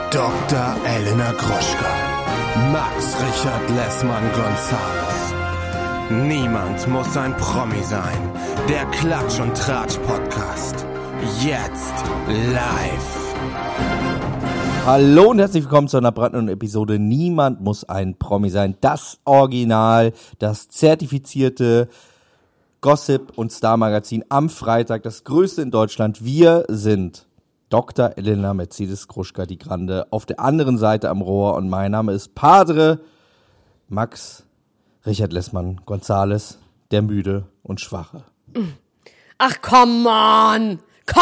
Dr. Elena Gruschka, Max Richard Lessmann-Gonzales. Niemand muss ein Promi sein. Der Klatsch- und Tratsch-Podcast. Jetzt live. Hallo und herzlich willkommen zu einer brandneuen Episode Niemand muss ein Promi sein. Das Original, das zertifizierte Gossip- und Star-Magazin am Freitag, das größte in Deutschland. Wir sind Dr. Elena Mercedes Gruschka, die Grande, auf der anderen Seite am Rohr und mein Name ist Padre Max Richard Lessmann-Gonzales, der Müde und Schwache. Ach, come on!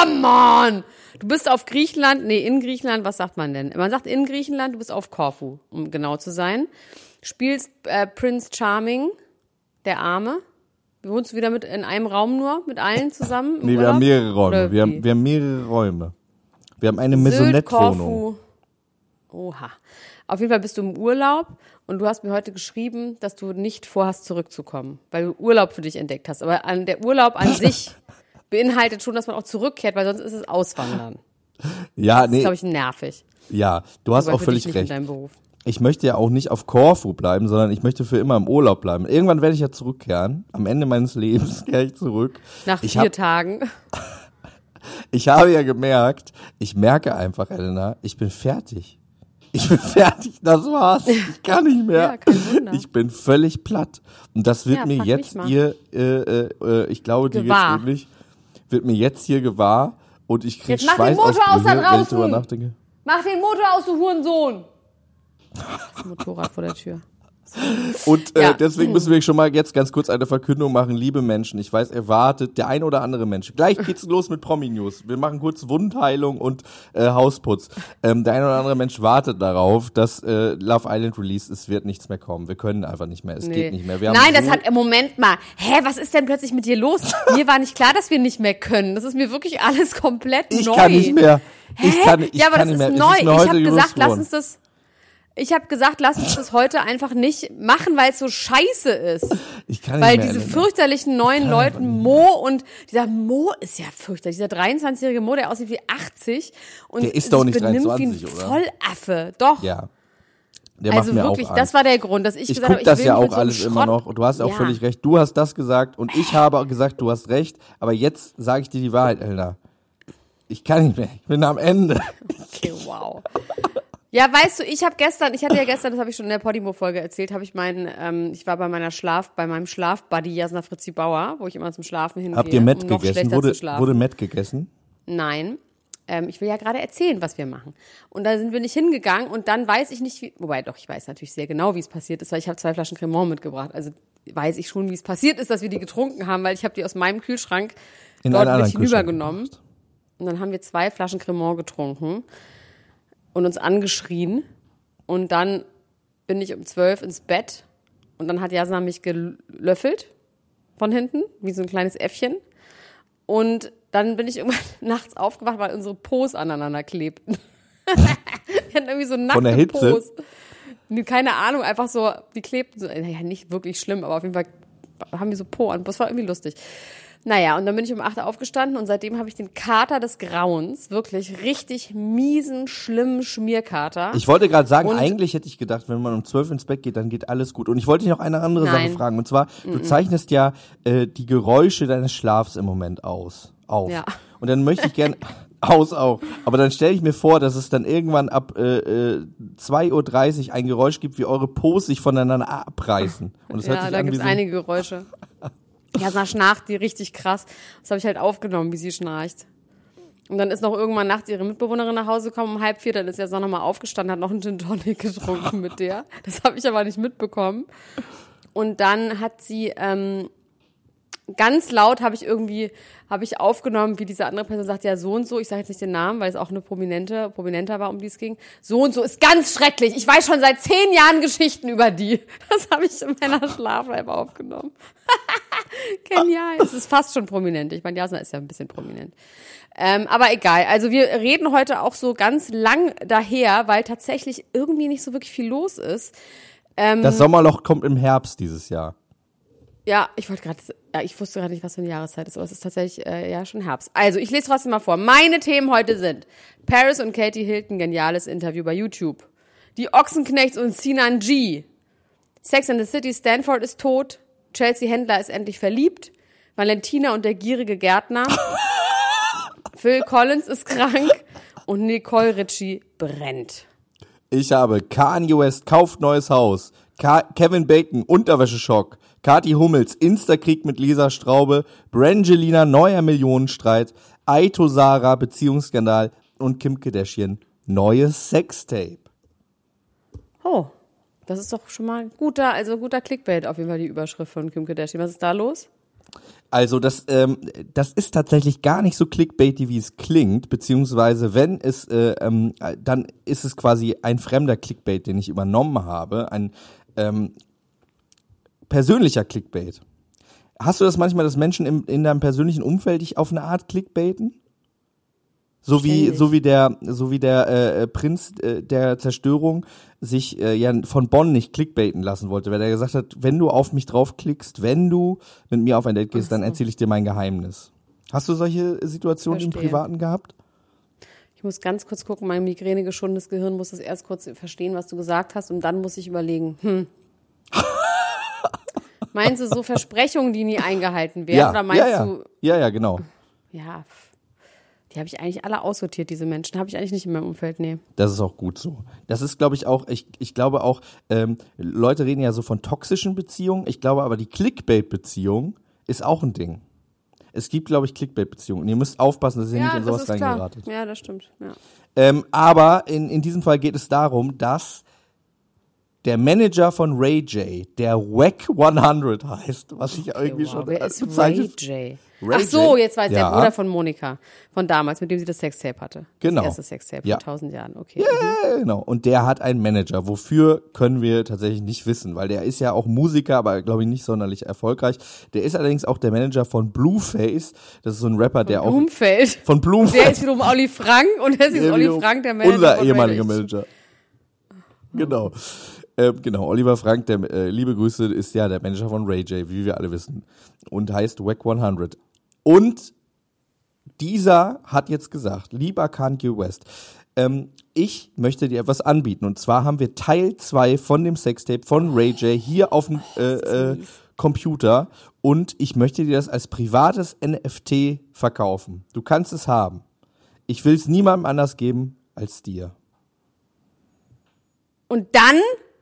Du bist auf in Griechenland, was sagt man denn? Man sagt in Griechenland, du bist auf Korfu, um genau zu sein. Spielst Prince Charming, der Arme. Wohnst du wieder in einem Raum nur, mit allen zusammen? Nee, wir haben mehrere Räume. Wir haben mehrere Räume. Wir haben eine Maisonette-Wohnung. Oha. Auf jeden Fall bist du im Urlaub und du hast mir heute geschrieben, dass du nicht vorhast, zurückzukommen, weil du Urlaub für dich entdeckt hast. Aber der Urlaub an sich beinhaltet schon, dass man auch zurückkehrt, weil sonst ist es Auswandern. Ja, das ist, glaube ich, nervig. Ja, du hast auch völlig recht. In deinem Beruf. Ich möchte ja auch nicht auf Korfu bleiben, sondern ich möchte für immer im Urlaub bleiben. Irgendwann werde ich ja zurückkehren. Am Ende meines Lebens kehre ich zurück. Nach 4 Tagen. Ich habe ja gemerkt, ich merke einfach, Elena, ich bin fertig. Das war's. Ich kann nicht mehr. Ja, kein Wunder. Ich bin völlig platt. Und das wird mir jetzt hier, ich glaube, dir geht's ähnlich, wird mir jetzt hier gewahr und ich krieg Schweißausbrüche, wenn ich drüber nachdenke. Mach den Motor aus, du Hurensohn! Das Motorrad vor der Tür. Und deswegen müssen wir schon mal jetzt ganz kurz eine Verkündung machen. Liebe Menschen, ich weiß, ihr wartet, der ein oder andere Mensch. Gleich geht's los mit Promi-News. Wir machen kurz Wundheilung und Hausputz. Der ein oder andere Mensch wartet darauf, dass Love Island released ist, wird nichts mehr kommen. Wir können einfach nicht mehr, es geht nicht mehr. Moment mal. Was ist denn plötzlich mit dir los? Mir war nicht klar, dass wir nicht mehr können. Das ist mir wirklich alles komplett neu. Ich kann nicht mehr. Aber das ist neu. Ich habe gesagt, lass uns das heute einfach nicht machen, weil es so scheiße ist. Ich kann nicht weil mehr, diese Elena. fürchterlichen neuen Leute, dieser Mo ist ja fürchterlich, dieser 23-jährige Mo, der aussieht wie 80 und der ist doch nicht benimmt 23, wie ein oder? Vollaffe. Doch. Ja. Der macht mir wirklich, auch Angst. das war der Grund, dass ich gesagt habe, guck das will ja nicht mit auch so einem alles immer noch. Und du hast auch Ja. völlig recht. Du hast das gesagt und ich habe auch gesagt, du hast recht. Aber jetzt sage ich dir die Wahrheit, Elena. Ich kann nicht mehr. Ich bin am Ende. Okay, wow. Ja, weißt du, ich hatte ja gestern, das habe ich schon in der Podimo-Folge erzählt, ich war bei meinem Schlafbuddy Jasna Fritzi Bauer, wo ich immer zum Schlafen hingehe. Habt ihr Met um noch gegessen? schlechter zu schlafen. Wurde Met gegessen? Nein. Ich will ja gerade erzählen, was wir machen. Und da sind wir nicht hingegangen und dann weiß ich nicht, wobei doch, ich weiß natürlich sehr genau, wie es passiert ist, weil ich habe 2 Flaschen Cremant mitgebracht. Also weiß ich schon, wie es passiert ist, dass wir die getrunken haben, weil ich habe die aus meinem Kühlschrank dort mit hinübergenommen. Und dann haben wir 2 Flaschen Cremant getrunken und uns angeschrien. Und dann bin ich um 12 ins Bett und dann hat Jasna mich gelöffelt von hinten, wie so ein kleines Äffchen. Und dann bin ich irgendwann nachts aufgewacht, weil unsere Po's aneinander klebten. Wir hatten irgendwie so nackte Von der Hitze? Po's. Keine Ahnung, einfach so, die klebten so, naja, nicht wirklich schlimm, aber auf jeden Fall haben wir so Po an. Das war irgendwie lustig. Naja, und dann bin ich um 8 Uhr aufgestanden und seitdem habe ich den Kater des Grauens, wirklich richtig miesen, schlimmen Schmierkater. Ich wollte gerade sagen, eigentlich hätte ich gedacht, wenn man um 12 ins Bett geht, dann geht alles gut. Und ich wollte dich noch eine andere Sache fragen. Und zwar, du zeichnest ja die Geräusche deines Schlafs im Moment auf. Ja. Und dann möchte ich gerne auch. Aber dann stelle ich mir vor, dass es dann irgendwann ab 2:30 Uhr ein Geräusch gibt, wie eure Po's sich voneinander abreißen. Und das hört sich da an gibt wie es so einige Geräusche. Jasna schnarcht die richtig krass. Das habe ich halt aufgenommen, wie sie schnarcht. Und dann ist noch irgendwann nachts ihre Mitbewohnerin nach Hause gekommen um 3:30. Dann ist Jasna nochmal aufgestanden, hat noch einen Gin Tonic getrunken mit der. Das habe ich aber nicht mitbekommen. Und dann hat sie ganz laut habe ich aufgenommen, wie diese andere Person sagt, ja, so und so, ich sage jetzt nicht den Namen, weil es auch eine prominenter war, um die es ging. So und so ist ganz schrecklich. Ich weiß schon seit 10 Jahren Geschichten über die. Das habe ich in meiner Schlaf-App aufgenommen. Genial. Es ist fast schon prominent. Ich meine, Jasna ist ja ein bisschen prominent. Aber egal. Also wir reden heute auch so ganz lang daher, weil tatsächlich irgendwie nicht so wirklich viel los ist. Das Sommerloch kommt im Herbst dieses Jahr. Ja, ich wusste gerade nicht, was für eine Jahreszeit ist, aber es ist tatsächlich schon Herbst. Also, ich lese trotzdem mal vor. Meine Themen heute sind Paris und Katie Hilton, geniales Interview bei YouTube. Die Ochsenknechts und Sinan G. Sex and the City, Stanford ist tot. Chelsea Händler ist endlich verliebt. Valentina und der gierige Gärtner. Phil Collins ist krank. Und Nicole Richie brennt. Ich habe Kanye West kauft neues Haus. Kevin Bacon Unterwäscheschock. Kathi Hummels Instakrieg mit Lisa Straube. Brangelina neuer Millionenstreit. Aito Sarah Beziehungsskandal. Und Kim Kardashian neues Sextape. Oh, das ist doch schon mal guter Clickbait auf jeden Fall, die Überschrift von Kim Kardashian. Was ist da los? Also das ist tatsächlich gar nicht so clickbaity, wie es klingt, beziehungsweise wenn es, dann ist es quasi ein fremder Clickbait, den ich übernommen habe, ein persönlicher Clickbait. Hast du das manchmal, dass Menschen in deinem persönlichen Umfeld dich auf eine Art clickbaiten? So wie der Prinz der Zerstörung sich ja von Bonn nicht clickbaiten lassen wollte, weil er gesagt hat, wenn du auf mich draufklickst, wenn du mit mir auf ein Date gehst, dann erzähle ich dir mein Geheimnis. Hast du solche Situationen im Privaten gehabt? Ich muss ganz kurz gucken, mein migränegeschundenes Gehirn muss das erst kurz verstehen, was du gesagt hast, und dann muss ich überlegen, Meinst du so Versprechungen, die nie eingehalten werden? Ja, oder meinst du? Ja, genau. Ja, die habe ich eigentlich alle aussortiert, diese Menschen. Habe ich eigentlich nicht in meinem Umfeld, nee. Das ist auch gut so. Das ist, glaube ich, auch, ich glaube auch, Leute reden ja so von toxischen Beziehungen. Ich glaube aber, die Clickbait-Beziehung ist auch ein Ding. Es gibt, glaube ich, Clickbait-Beziehungen. Und ihr müsst aufpassen, dass ihr nicht in sowas reingeratet. Ja, das stimmt. Ja. Aber in diesem Fall geht es darum, dass der Manager von Ray J, der Wack 100 heißt, was ich irgendwie schon Wer ist bezeichnet. Ray J? Ray Ach so, J. jetzt weiß ich, der Bruder von Monika, von damals, mit dem sie das Sextape hatte. Genau. Das erste Sextape Ja. vor 1000 Jahren, okay. Ja, genau. Und der hat einen Manager. Wofür, können wir tatsächlich nicht wissen, weil der ist ja auch Musiker, aber glaube ich nicht sonderlich erfolgreich. Der ist allerdings auch der Manager von Blueface. Das ist so ein Rapper, der auch... Blumfeld. Von Blumfeld. Der ist wiederum Olli Frank und der ist jetzt Olli Frank, der Manager Unser von ehemaliger Ray J. Manager. Genau. Genau, Oliver Frank, der liebe Grüße, ist ja der Manager von Ray J, wie wir alle wissen. Und heißt Wack 100. Und dieser hat jetzt gesagt, lieber Kanye West, ich möchte dir etwas anbieten. Und zwar haben wir Teil 2 von dem Sextape von Ray J hier auf dem Computer. Und ich möchte dir das als privates NFT verkaufen. Du kannst es haben. Ich will es niemandem anders geben als dir. Und dann?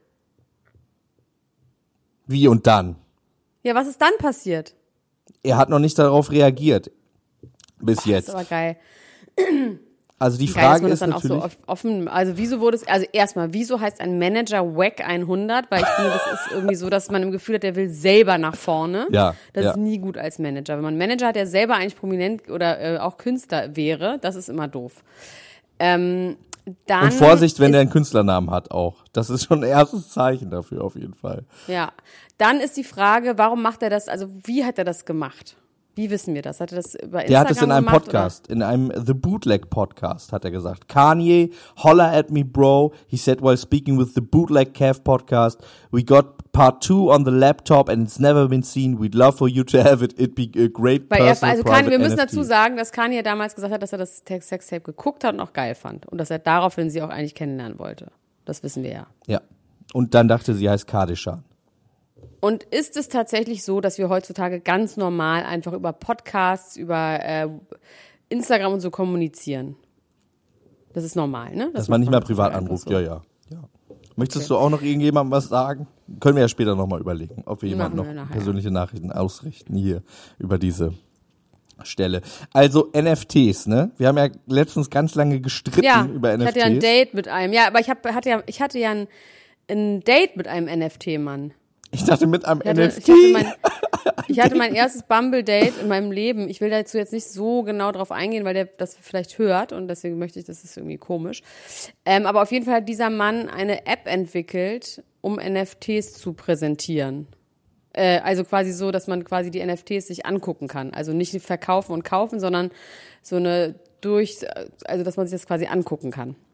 Wie und dann? Ja, was ist dann passiert? Er hat noch nicht darauf reagiert. Bis jetzt. Das ist aber geil. Also die Geil, dass Frage man das ist dann natürlich... auch so offen, also wieso wurde es, also erstmal, wieso heißt ein Manager Wack 100? Weil ich finde, das ist irgendwie so, dass man im Gefühl hat, der will selber nach vorne. Ja, Das ja. ist nie gut als Manager. Wenn man einen Manager hat, der selber eigentlich prominent oder auch Künstler wäre, das ist immer doof. Dann Und Vorsicht, wenn der einen Künstlernamen hat auch. Das ist schon ein erstes Zeichen dafür auf jeden Fall. Ja, dann ist die Frage, warum macht er das, also wie hat er das gemacht? Wie wissen wir das? Hat er das über Instagram Der hat es in einem gemacht, Podcast, in einem The Bootleg Podcast hat er gesagt. Kanye, holla at me bro. He said while speaking with the Bootleg Kev podcast, we got part 2 on the laptop and it's never been seen. We'd love for you to have it. It'd be a great Weil personal private wir müssen NFT. dazu sagen, dass Kanye damals gesagt hat, dass er das Sextape geguckt hat und auch geil fand. Und dass er daraufhin sie auch eigentlich kennenlernen wollte. Das wissen wir ja. Ja. Und dann dachte sie heißt Kardashian. Und ist es tatsächlich so, dass wir heutzutage ganz normal einfach über Podcasts, über Instagram und so kommunizieren? Das ist normal, ne? Dass man nicht mehr macht privat einfach anruft, so. ja. Möchtest du auch noch irgendjemandem was sagen? Können wir ja später nochmal überlegen, ob wir jemandem Machen wir noch nachher. persönliche Nachrichten ausrichten hier über diese Stelle. Also NFTs, ne? Wir haben ja letztens ganz lange gestritten über NFTs. Ich hatte ja ein Date mit einem. Ja, aber ich hatte ja ein Date mit einem NFT-Mann. Ich dachte mit einem NFT. Ich hatte mein erstes Bumble-Date in meinem Leben. Ich will dazu jetzt nicht so genau drauf eingehen, weil der das vielleicht hört und deswegen möchte ich, das ist irgendwie komisch. Aber auf jeden Fall hat dieser Mann eine App entwickelt, um NFTs zu präsentieren. Also quasi so, dass man quasi die NFTs sich angucken kann. Also nicht verkaufen und kaufen, sondern so also dass man sich das quasi angucken kann.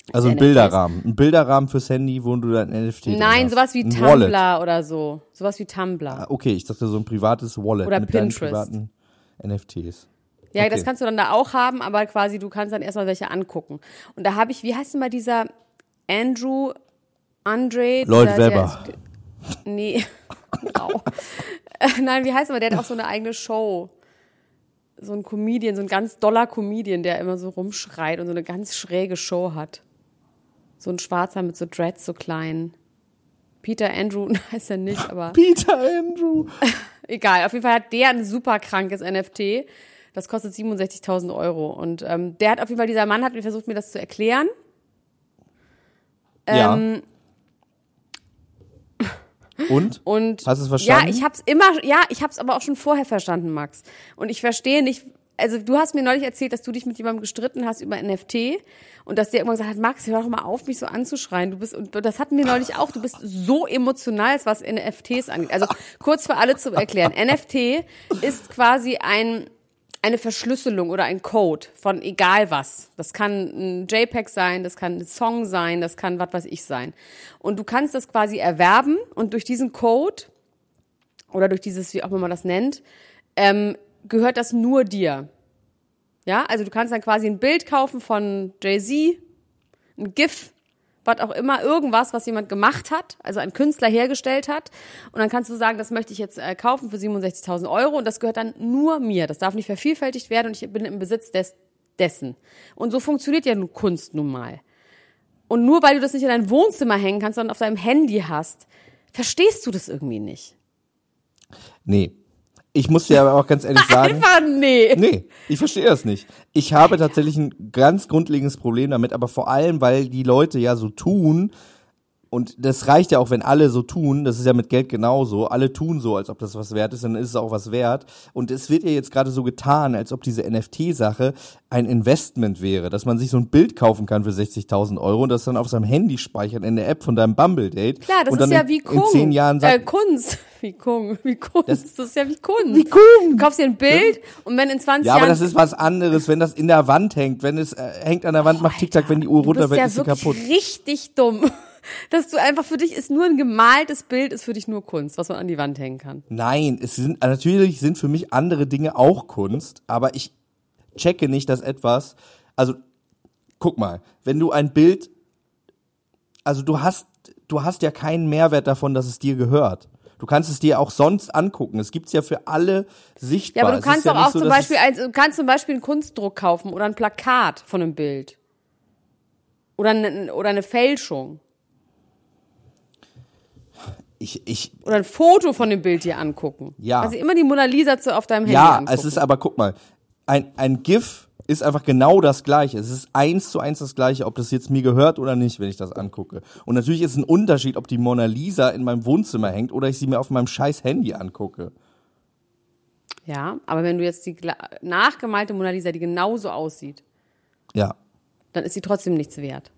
Also ein NFTs. Bilderrahmen. Ein Bilderrahmen fürs Handy, wo du dein NFT drin Nein, hast. sowas wie Ein Tumblr Wallet. oder so. Sowas wie Tumblr. Ah, okay, ich dachte so ein privates Wallet Oder mit Pinterest. deinen privaten NFTs. Ja, Okay. das kannst du dann da auch haben, aber quasi du kannst dann erstmal welche angucken. Und da habe ich, wie heißt denn mal dieser Andre? Lloyd dieser, Webber. Nee, genau. Nein, wie heißt er mal? Der hat auch so eine eigene Show. So ein Comedian, so ein ganz doller Comedian, der immer so rumschreit und so eine ganz schräge Show hat. So ein Schwarzer mit so Dreads, so klein. Peter Andrew heißt er nicht, aber Peter Andrew. egal. Auf jeden Fall hat der ein super krankes NFT. Das kostet 67.000 Euro. Und der hat auf jeden Fall, dieser Mann hat versucht, mir das zu erklären. Ja. Und? Hast du es verstanden? Ich hab's aber auch schon vorher verstanden, Max. Und ich verstehe nicht, also du hast mir neulich erzählt, dass du dich mit jemandem gestritten hast über NFT und dass der irgendwann gesagt hat, Max, hör doch mal auf, mich so anzuschreien. Und das hatten wir neulich auch, du bist so emotional, was NFTs angeht. Also kurz für alle zu erklären, NFT ist quasi eine Verschlüsselung oder ein Code von egal was. Das kann ein JPEG sein, das kann ein Song sein, das kann was weiß ich sein. Und du kannst das quasi erwerben und durch diesen Code oder durch dieses, wie auch immer man das nennt, gehört das nur dir. Ja, also du kannst dann quasi ein Bild kaufen von Jay-Z, ein GIF, was auch immer, irgendwas, was jemand gemacht hat, also ein Künstler hergestellt hat. Und dann kannst du sagen, das möchte ich jetzt kaufen für 67.000 Euro und das gehört dann nur mir. Das darf nicht vervielfältigt werden und ich bin im Besitz dessen. Und so funktioniert ja nun Kunst nun mal. Und nur weil du das nicht in dein Wohnzimmer hängen kannst, sondern auf deinem Handy hast, verstehst du das irgendwie nicht. Nee. Ich muss dir aber auch ganz ehrlich sagen. Einfach nee. Nee, ich verstehe das nicht. Ich habe tatsächlich ein ganz grundlegendes Problem damit, aber vor allem, weil die Leute ja so tun, und das reicht ja auch, wenn alle so tun, das ist ja mit Geld genauso, alle tun so, als ob das was wert ist, dann ist es auch was wert. Und es wird ja jetzt gerade so getan, als ob diese NFT-Sache ein Investment wäre, dass man sich so ein Bild kaufen kann für 60.000 Euro und das dann auf seinem Handy speichert in der App von deinem Bumble-Date. Klar, das und ist dann ja wie Kung. in 10 Jahren sagt, Kunst. Wie Kunst. Das ist ja wie Kunst. Wie Kung. Du kaufst dir ein Bild und wenn in 20 ja, Jahren... aber das ist was anderes, wenn das in der Wand hängt, wenn es hängt an der Wand, macht Tic-Tac, wenn die Uhr runterfällt, ist sie kaputt. kaputt. Du bist ja wirklich richtig dumm. Dass du einfach für dich ist nur ein gemaltes Bild, ist für dich nur Kunst, was man an die Wand hängen kann. Nein, natürlich sind für mich andere Dinge auch Kunst, aber ich checke nicht, dass etwas, also guck mal, wenn du ein Bild, also du hast ja keinen Mehrwert davon, dass es dir gehört. Du kannst es dir auch sonst angucken. Es gibt's ja für alle sichtbar. Ja, aber du Es kannst ist doch ja nicht auch so, zum dass Beispiel, du kannst zum Beispiel einen Kunstdruck kaufen oder ein Plakat von einem Bild. Oder eine Fälschung. Oder ein Foto von dem Bild dir angucken. Ja. Also immer die Mona Lisa auf deinem Handy ja, angucken. es ist aber, guck mal, ein GIF ist einfach genau das Gleiche. Es ist 1:1 das Gleiche, ob das jetzt mir gehört oder nicht, wenn ich das angucke. Und natürlich ist ein Unterschied, ob die Mona Lisa in meinem Wohnzimmer hängt oder ich sie mir auf meinem scheiß Handy angucke. Ja, aber wenn du jetzt die nachgemalte Mona Lisa, die genauso aussieht, Ja. dann ist sie trotzdem nichts wert.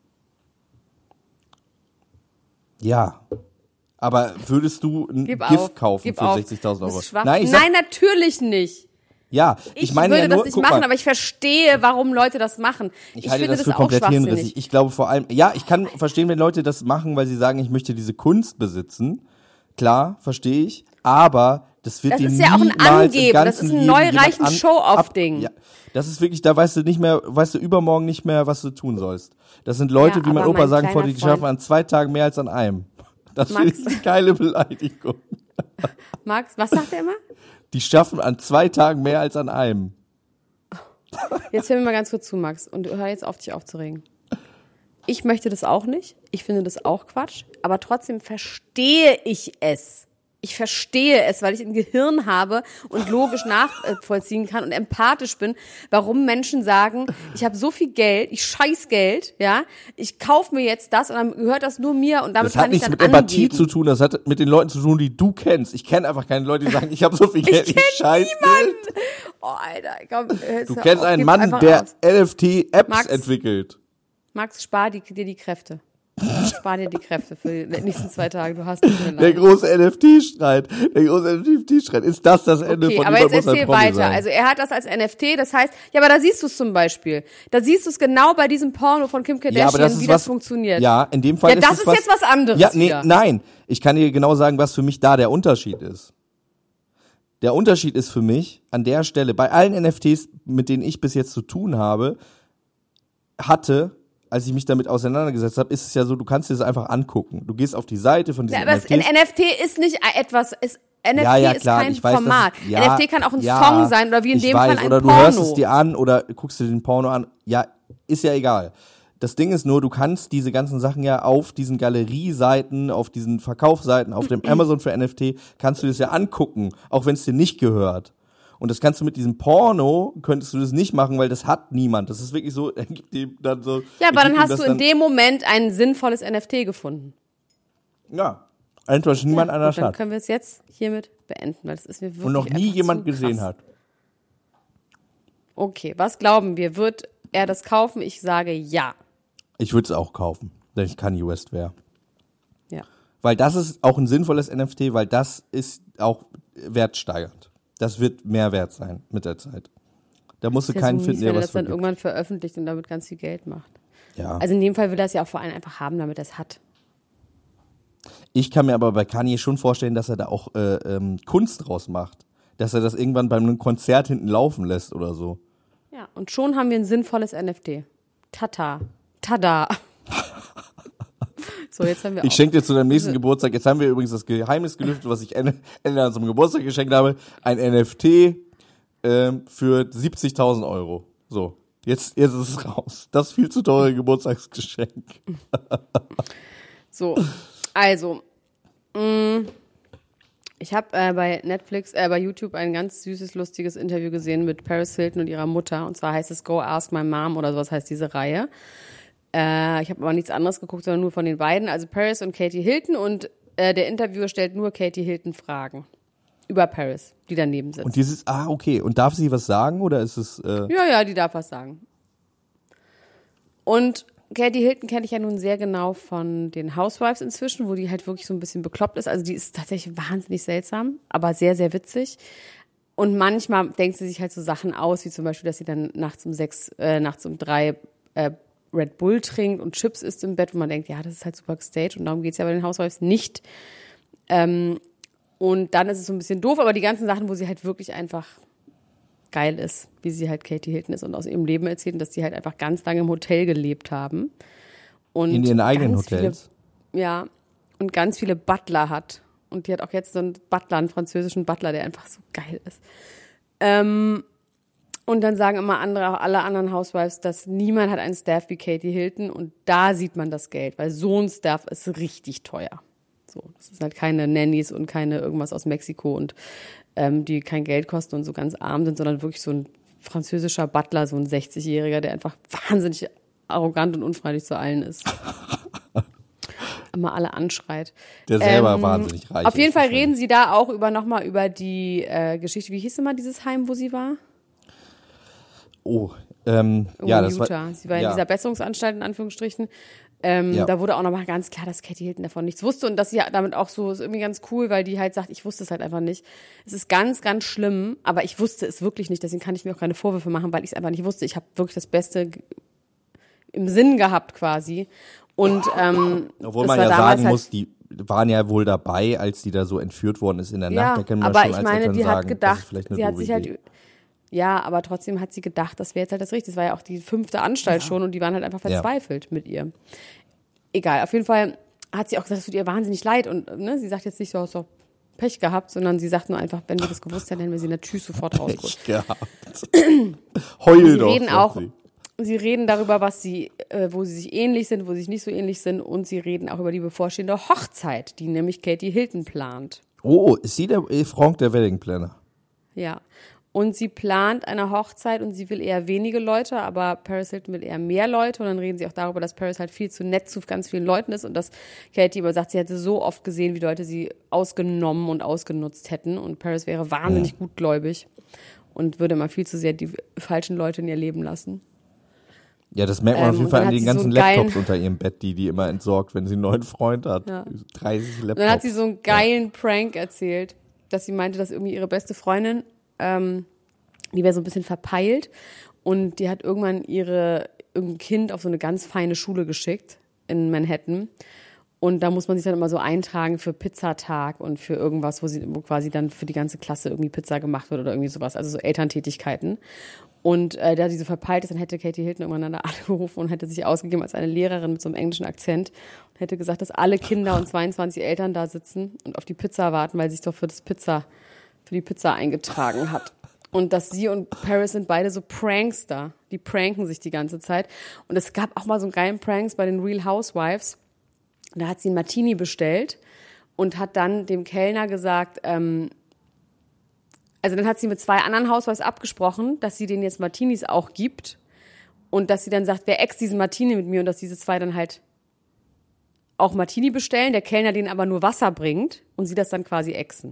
Ja. Aber würdest du ein Gib GIF auf. kaufen Gib für auf. 60.000 Du Euro? bist schwach. Nein, Nein, natürlich nicht. ja, Ich meine würde ja nur, das nicht guck machen, aber aber ich verstehe, warum Leute das machen. ich halte finde das für auch komplett schwachsinnig. hirnrissig. Ich glaube vor allem, ja, ich kann verstehen, wenn Leute das machen, weil sie sagen, ich möchte diese Kunst besitzen. Klar, verstehe ich. Aber das wird Das dir ist ja auch ein niemals im Angeben. Das ganzen ist ein Leben neureichen jemand Show-off-Ding. Ja, das ist wirklich, da weißt du übermorgen nicht mehr, was du tun sollst. Das sind Leute, Ja, wie mein aber Opa mein sagen kleiner wollte, die schaffen Freund- an 2 Tagen mehr als an einem. Das Max. ist eine geile Beleidigung. Max, was sagt er immer? Die schaffen an 2 Tagen mehr als an einem. Jetzt hör mir mal ganz kurz zu, Max, und hör jetzt auf, dich aufzuregen. Ich möchte das auch nicht. Ich finde das auch Quatsch. Aber trotzdem verstehe ich es. Ich verstehe es, weil ich ein Gehirn habe und logisch nachvollziehen kann und empathisch bin, warum Menschen sagen, ich habe so viel Geld, ich scheiß Geld, ja, ich kaufe mir jetzt das und dann gehört das nur mir und damit Das hat kann ich nichts dann mit Empathie angeben. zu tun, das hat mit den Leuten zu tun, die du kennst. Ich kenne einfach keine Leute, die sagen, ich habe so viel Geld, ich scheiß Geld. Oh, Alter, komm, Du kennst einen Mann, der NFT-Apps Max. entwickelt. Max, spar dir die Kräfte. Spar dir die Kräfte für die nächsten 2 Tage. Du hast nicht mehr lange. Der große NFT-Streit. Ist das Ende von aber jetzt Niemand muss ein erzähl Promi weiter. sein? Also er hat das als NFT, das heißt, ja, aber da siehst du es zum Beispiel. Da siehst du es genau bei diesem Porno von Kim Kardashian, wie das funktioniert. Ja, in dem Fall Ja, das ist jetzt was anderes Ja, nee, wieder. nein. Ich kann dir genau sagen, was für mich da der Unterschied ist. Der Unterschied ist für mich an der Stelle, bei allen NFTs, mit denen ich bis jetzt zu tun hatte, als ich mich damit auseinandergesetzt habe, ist es ja so, du kannst dir das einfach angucken. Du gehst auf die Seite von diesen Ja, aber NFTs. ein NFT ist nicht etwas, NFT ist kein ich weiß, Format. NFT kann auch ein Song sein oder wie in dem Fall ein oder Porno. Du hörst es dir an oder guckst dir den Porno an. Ja, ist ja egal. Das Ding ist nur, du kannst diese ganzen Sachen ja auf diesen Galerieseiten, auf diesen Verkaufsseiten, auf dem Amazon für NFT, kannst du das ja angucken, auch wenn es dir nicht gehört. Und das kannst du mit diesem Porno, könntest du das nicht machen, weil das hat niemand. Das ist wirklich so, er gibt ihm dann so. Ja, aber dann hast du in dem Moment ein sinnvolles NFT gefunden. Ja, einfach niemand an der Dann Stadt. können wir es jetzt hiermit beenden, weil das ist mir wirklich Und noch nie einfach jemand zu gesehen krass. hat. Okay, was glauben wir? Wird er das kaufen? Ich sage ja. Ich würde es auch kaufen, wenn ich Kanye West wäre. Ja. Weil das ist auch ein sinnvolles NFT, weil das ist auch wertsteigernd. Das wird mehr wert sein mit der Zeit. Da musst du Das ist keinen ja so finden, mies, der wenn er was das dann vergibt. irgendwann veröffentlicht und damit ganz viel Geld macht. Ja. Also in dem Fall will er es ja auch vor allem einfach haben, damit er es hat. Ich kann mir aber bei Kanye schon vorstellen, dass er da auch Kunst draus macht. Dass er das irgendwann bei einem Konzert hinten laufen lässt oder so. Ja, und schon haben wir ein sinnvolles NFT. Tada. So, jetzt haben wir Ich auch. schenke dir zu deinem nächsten Geburtstag, jetzt haben wir übrigens das Geheimnis gelüftet, was ich Ende an zum Geburtstag geschenkt habe, ein NFT für 70.000 €. So, jetzt ist es raus. Das viel zu teure Geburtstagsgeschenk. So, also, ich habe bei Netflix, bei YouTube ein ganz süßes, lustiges Interview gesehen mit Paris Hilton und ihrer Mutter. Und zwar heißt es Go Ask My Mom oder sowas heißt diese Reihe. Ich habe aber nichts anderes geguckt, sondern nur von den beiden. Also Paris und Katie Hilton. Und der Interviewer stellt nur Katie Hilton Fragen über Paris, die daneben sitzt. Und dieses, okay. Und darf sie was sagen oder ist es... Ja, die darf was sagen. Und Katie Hilton kenne ich ja nun sehr genau von den Housewives inzwischen, wo die halt wirklich so ein bisschen bekloppt ist. Also die ist tatsächlich wahnsinnig seltsam, aber sehr, sehr witzig. Und manchmal denkt sie sich halt so Sachen aus, wie zum Beispiel, dass sie dann nachts um 3 Red Bull trinkt und Chips isst im Bett, wo man denkt, ja, das ist halt super gestaged und darum geht's ja bei den Housewives nicht. Und dann ist es so ein bisschen doof, aber die ganzen Sachen, wo sie halt wirklich einfach geil ist, wie sie halt Katie Hilton ist und aus ihrem Leben erzählt und dass die halt einfach ganz lange im Hotel gelebt haben. Und in ihren eigenen ganz Hotels? Ja, und ganz viele Butler hat. Und die hat auch jetzt so einen Butler, einen französischen Butler, der einfach so geil ist. Und dann sagen immer alle anderen Housewives, dass niemand hat einen Staff wie Katie Hilton und da sieht man das Geld, weil so ein Staff ist richtig teuer. So, das ist halt keine Nannies und keine irgendwas aus Mexiko und die kein Geld kosten und so ganz arm sind, sondern wirklich so ein französischer Butler, so ein 60-Jähriger, der einfach wahnsinnig arrogant und unfreundlich zu allen ist. Immer alle anschreit. Der selber wahnsinnig reich Auf jeden ist Fall reden sie da auch nochmal über die Geschichte. Wie hieß immer dieses Heim, wo sie war? Ja, das Utah. war... Sie war in ja. dieser Besserungsanstalt, in Anführungsstrichen. Ja. Da wurde auch nochmal ganz klar, dass Katie Hilton davon nichts wusste und dass sie damit auch so, ist irgendwie ganz cool, weil die halt sagt, ich wusste es halt einfach nicht. Es ist ganz, ganz schlimm, aber ich wusste es wirklich nicht, deswegen kann ich mir auch keine Vorwürfe machen, weil ich es einfach nicht wusste. Ich habe wirklich das Beste im Sinn gehabt quasi. Und Obwohl man ja sagen muss, die waren ja wohl dabei, als die da so entführt worden ist in der Nacht. Da kann man aber schon ich als meine, Eltern die sagen, hat gedacht, das ist vielleicht eine sie hat doofe sich Idee. halt, ja, aber trotzdem hat sie gedacht, das wäre jetzt halt das Richtige. Das war ja auch die 5. Anstalt schon und die waren halt einfach verzweifelt mit ihr. Egal, auf jeden Fall hat sie auch gesagt, es tut ihr wahnsinnig leid und ne, sie sagt jetzt nicht so, hast doch Pech gehabt, sondern sie sagt nur einfach, wenn wir das gewusst hätten, hätten wir sie natürlich sofort rausgeholt. Pech gehabt. Heul Sie doch. reden sagt auch, sie. sie reden darüber, wo sie sich ähnlich sind, wo sie sich nicht so ähnlich sind und sie reden auch über die bevorstehende Hochzeit, die nämlich Katie Hilton plant. Oh, ist sie der Frank, der Wedding Planner? Ja. Und sie plant eine Hochzeit und sie will eher wenige Leute, aber Paris Hilton will eher mehr Leute. Und dann reden sie auch darüber, dass Paris halt viel zu nett zu ganz vielen Leuten ist und dass Katie immer sagt, sie hätte so oft gesehen, wie Leute sie ausgenommen und ausgenutzt hätten. Und Paris wäre wahnsinnig gutgläubig und würde immer viel zu sehr die falschen Leute in ihr Leben lassen. Ja, das merkt man auf jeden und Fall dann an hat den sie ganzen so einen Laptops unter ihrem Bett, die immer entsorgt, wenn sie einen neuen Freund hat. Ja. 30 Laptops. Und dann hat sie so einen geilen Prank erzählt, dass sie meinte, dass irgendwie ihre beste Freundin, die wäre so ein bisschen verpeilt und die hat irgendwann irgendein Kind auf so eine ganz feine Schule geschickt in Manhattan. Und da muss man sich dann immer so eintragen für Pizzatag und für irgendwas, wo quasi dann für die ganze Klasse irgendwie Pizza gemacht wird oder irgendwie sowas. Also so Elterntätigkeiten. Und da die so verpeilt ist, dann hätte Katie Hilton irgendwann da angerufen und hätte sich ausgegeben als eine Lehrerin mit so einem englischen Akzent und hätte gesagt, dass alle Kinder und 22 Eltern da sitzen und auf die Pizza warten, weil sie sich doch für die Pizza eingetragen hat. Und dass sie und Paris sind beide so Prankster. Die pranken sich die ganze Zeit. Und es gab auch mal so einen geilen Pranks bei den Real Housewives. Da hat sie einen Martini bestellt und hat dann dem Kellner gesagt, also dann hat sie mit 2 anderen Housewives abgesprochen, dass sie denen jetzt Martinis auch gibt und dass sie dann sagt, wer ext diesen Martini mit mir und dass diese 2 dann halt auch Martini bestellen, der Kellner denen aber nur Wasser bringt und sie das dann quasi exen.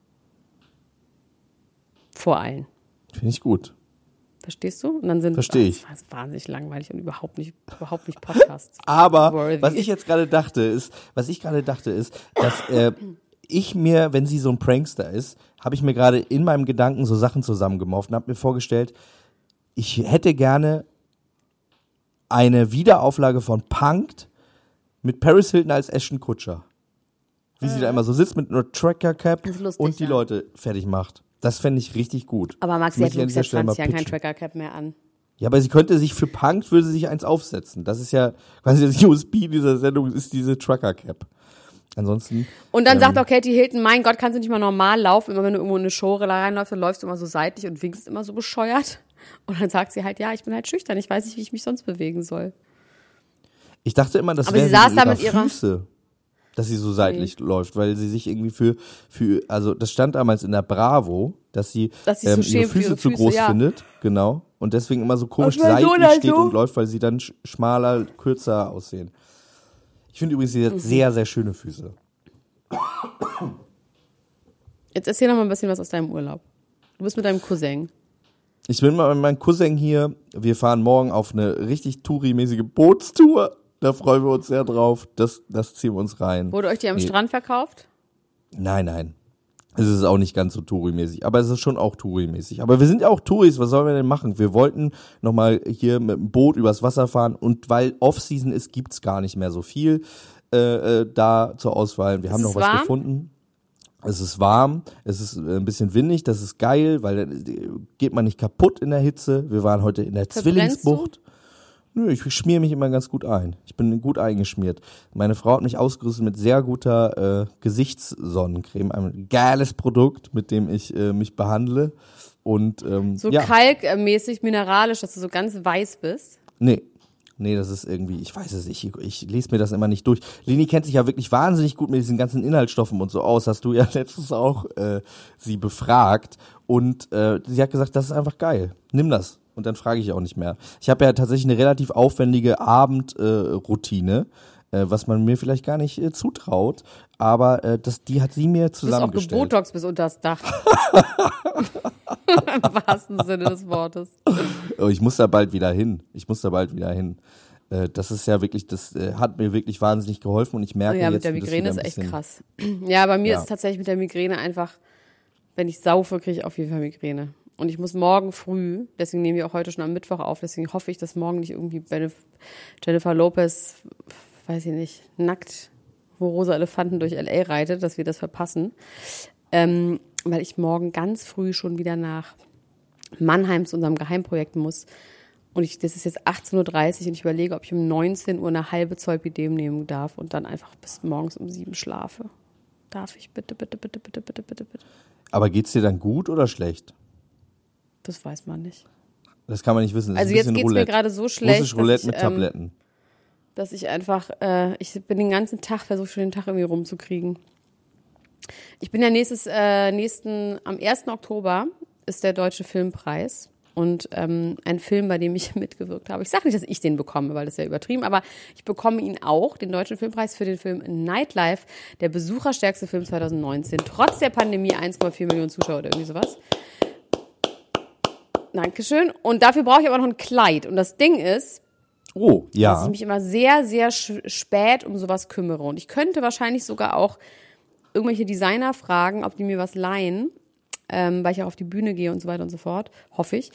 Vor allen. Finde ich gut. Verstehst du? Und dann sind Verstehe ich. Das ist wahnsinnig langweilig und überhaupt nicht Podcasts. Aber worthy. was ich gerade dachte ist, dass ich mir, wenn sie so ein Prankster ist, habe ich mir gerade in meinem Gedanken so Sachen zusammengemorft und habe mir vorgestellt, ich hätte gerne eine Wiederauflage von Punk'd mit Paris Hilton als Ashton Kutcher. Wie sie da immer so sitzt mit einer Tracker-Cap und die Leute fertig macht. Das fände ich richtig gut. Aber Max, sie hat seit 20 Jahren kein Tracker-Cap mehr an. Ja, aber sie könnte sich für Punk'd würde sie sich eins aufsetzen. Das ist ja quasi das USP dieser Sendung, ist diese Trucker-Cap. Ansonsten. Und dann sagt auch Katie Hilton, mein Gott, kannst du nicht mal normal laufen? Immer wenn du irgendwo in eine Show reinläufst, dann läufst du immer so seitlich und winkst immer so bescheuert. Und dann sagt sie halt, ja, ich bin halt schüchtern, ich weiß nicht, wie ich mich sonst bewegen soll. Ich dachte immer, das aber wäre sie saß da mit ihrer Füße, dass sie so seitlich läuft, weil sie sich irgendwie also das stand damals in der Bravo, dass sie so ihre Füße zu groß findet, genau, und deswegen immer so komisch seitlich steht und läuft, weil sie dann schmaler, kürzer aussehen. Ich finde übrigens, sie hat sehr, sehr schöne Füße. Jetzt erzähl doch mal ein bisschen was aus deinem Urlaub. Du bist mit deinem Cousin. Ich bin mal mit meinem Cousin hier. Wir fahren morgen auf eine richtig Touri-mäßige Bootstour. Da freuen wir uns sehr drauf. Das ziehen wir uns rein. Wurde euch die am Strand verkauft? Nein. Es ist auch nicht ganz so Touri-mäßig. Aber es ist schon auch Touri-mäßig. Aber wir sind ja auch Touris. Was sollen wir denn machen? Wir wollten nochmal hier mit dem Boot übers Wasser fahren. Und weil Off-Season ist, gibt's gar nicht mehr so viel da zur Auswahl. Wir haben noch was gefunden. Es ist warm, es ist ein bisschen windig, das ist geil, weil dann geht man nicht kaputt in der Hitze. Wir waren heute in der Zwillingsbucht. Nö, ich schmiere mich immer ganz gut ein. Ich bin gut eingeschmiert. Meine Frau hat mich ausgerüstet mit sehr guter Gesichtssonnencreme. Ein geiles Produkt, mit dem ich mich behandle. Und so kalkmäßig, mineralisch, dass du so ganz weiß bist? Nee, das ist irgendwie, ich weiß es nicht, ich lese mir das immer nicht durch. Leni kennt sich ja wirklich wahnsinnig gut mit diesen ganzen Inhaltsstoffen und so aus. Hast du ja letztens auch sie befragt. Und sie hat gesagt, das ist einfach geil. Nimm das. Und dann frage ich auch nicht mehr. Ich habe ja tatsächlich eine relativ aufwendige Abendroutine, was man mir vielleicht gar nicht zutraut. Aber die hat sie mir zusammengestellt. Du bist auch gebotox bis unters Dach. Im wahrsten Sinne des Wortes. Ich muss da bald wieder hin. Das ist ja wirklich, das hat mir wirklich wahnsinnig geholfen und ich merke jetzt, mit der Migräne ist echt krass. Ja, bei mir ist es tatsächlich mit der Migräne einfach, wenn ich saufe, kriege ich auf jeden Fall Migräne. Und ich muss morgen früh, deswegen nehmen wir auch heute schon am Mittwoch auf, deswegen hoffe ich, dass morgen nicht irgendwie Jennifer Lopez, weiß ich nicht, nackt, wo rosa Elefanten durch L.A. reitet, dass wir das verpassen. Weil ich morgen ganz früh schon wieder nach Mannheim zu unserem Geheimprojekt muss. Und das ist jetzt 18.30 Uhr und ich überlege, ob ich um 19 Uhr eine halbe Zolpidem nehmen darf und dann einfach bis morgens um 7 schlafe. Darf ich bitte? Aber geht's dir dann gut oder schlecht? Das weiß man nicht. Das kann man nicht wissen. Das also ist jetzt geht's mir gerade so schlecht, Russisch Roulette mit Tabletten. Dass ich einfach, ich bin den ganzen Tag, versuche schon den Tag irgendwie rumzukriegen. Ich bin ja am 1. Oktober ist der Deutsche Filmpreis und ein Film, bei dem ich mitgewirkt habe. Ich sage nicht, dass ich den bekomme, weil das ist ja übertrieben, aber ich bekomme ihn auch, den Deutschen Filmpreis für den Film Nightlife, der besucherstärkste Film 2019, trotz der Pandemie 1,4 Millionen Zuschauer oder irgendwie sowas. Dankeschön. Und dafür brauche ich aber noch ein Kleid. Und das Ding ist, Oh, Dass ja. ich mich immer sehr, sehr spät um sowas kümmere. Und ich könnte wahrscheinlich sogar auch irgendwelche Designer fragen, ob die mir was leihen, weil ich auch auf die Bühne gehe und so weiter und so fort. Hoffe ich.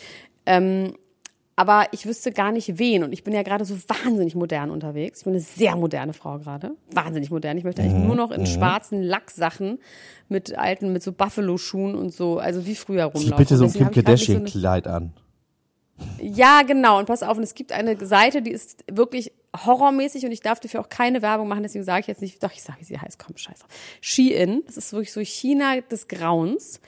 Aber ich wüsste gar nicht wen. Und ich bin ja gerade so wahnsinnig modern unterwegs. Ich bin eine sehr moderne Frau gerade. Wahnsinnig modern. Ich möchte eigentlich nur noch in schwarzen Lacksachen mit so Buffalo-Schuhen und so, also wie früher rumlaufen. Zieh bitte so ein Deswegen Kim habe ich gerade nicht Kardashian-Kleid an. Ja, genau. Und pass auf, und es gibt eine Seite, die ist wirklich horrormäßig und ich darf dafür auch keine Werbung machen, deswegen sage ich jetzt nicht, doch, ich sage, wie sie heißt, komm, scheiß drauf. Shein, das ist wirklich so China des Grauens.